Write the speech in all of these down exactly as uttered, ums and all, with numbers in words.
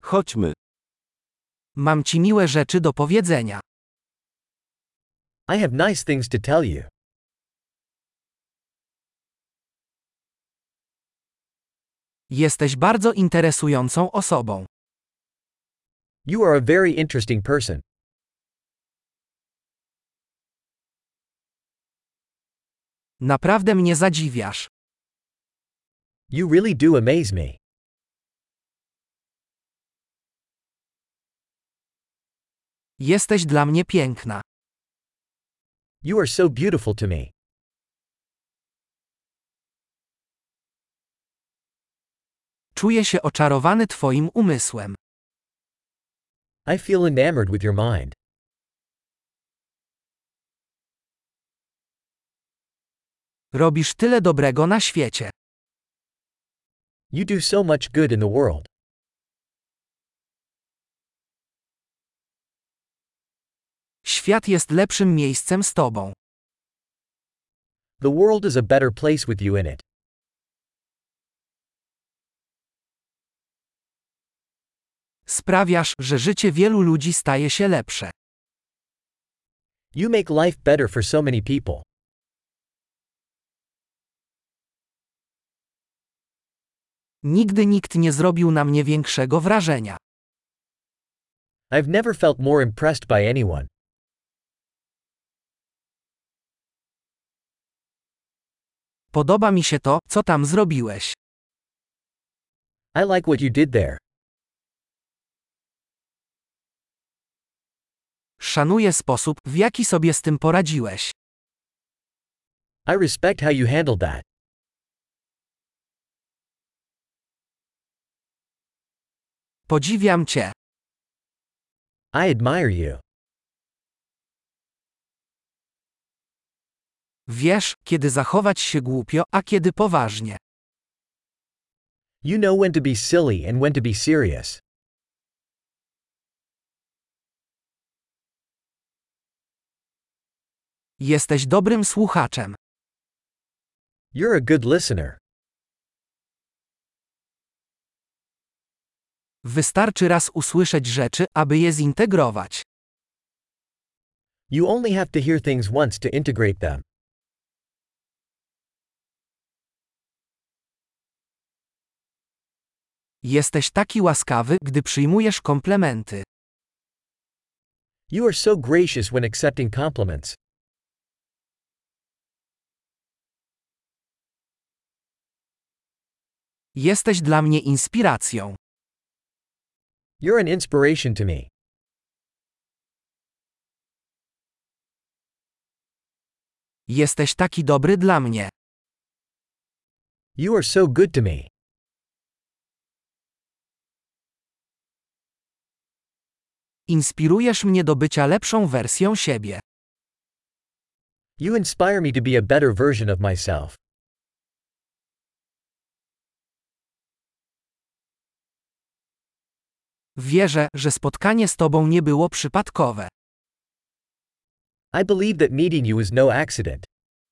Chodźmy. Mam ci miłe rzeczy do powiedzenia. I have nice things to tell you. Jesteś bardzo interesującą osobą. You are a very interesting person. Naprawdę mnie zadziwiasz. You really do amaze me. Jesteś dla mnie piękna. You are so beautiful to me. Czuję się oczarowany twoim umysłem. I feel enamored with your mind. Robisz tyle dobrego na świecie. You do so much good in the world. Świat jest lepszym miejscem z tobą. The world is a better place with you in it. Sprawiasz, że życie wielu ludzi staje się lepsze. You make life better for so many people. Nigdy nikt nie zrobił na mnie większego wrażenia. I've never felt more impressed by anyone. Podoba mi się to, co tam zrobiłeś. I like what you did there. Szanuję sposób, w jaki sobie z tym poradziłeś. I respect how you handled that. Podziwiam cię. I admire you. Wiesz, kiedy zachować się głupio, a kiedy poważnie. You know when to be silly and when to be serious. Jesteś dobrym słuchaczem. You're a good listener. Wystarczy raz usłyszeć rzeczy, aby je zintegrować. You only have to hear things once to integrate them. Jesteś taki łaskawy, gdy przyjmujesz komplementy. You are so gracious when accepting compliments. Jesteś dla mnie inspiracją. You're an inspiration to me. Jesteś taki dobry dla mnie. You are so good to me. Inspirujesz mnie do bycia lepszą wersją siebie. You inspire me to be a better version of myself. Wierzę, że spotkanie z tobą nie było przypadkowe. I believe that meeting you is no accident.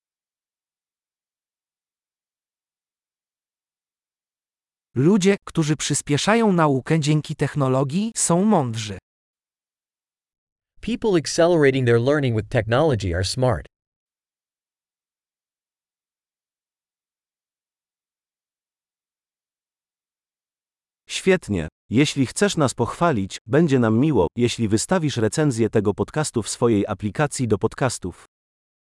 Ludzie, którzy przyspieszają naukę dzięki technologii, są mądrzy. People accelerating their learning with technology are smart. Świetnie. Jeśli chcesz nas pochwalić, będzie nam miło, jeśli wystawisz recenzję tego podcastu w swojej aplikacji do podcastów.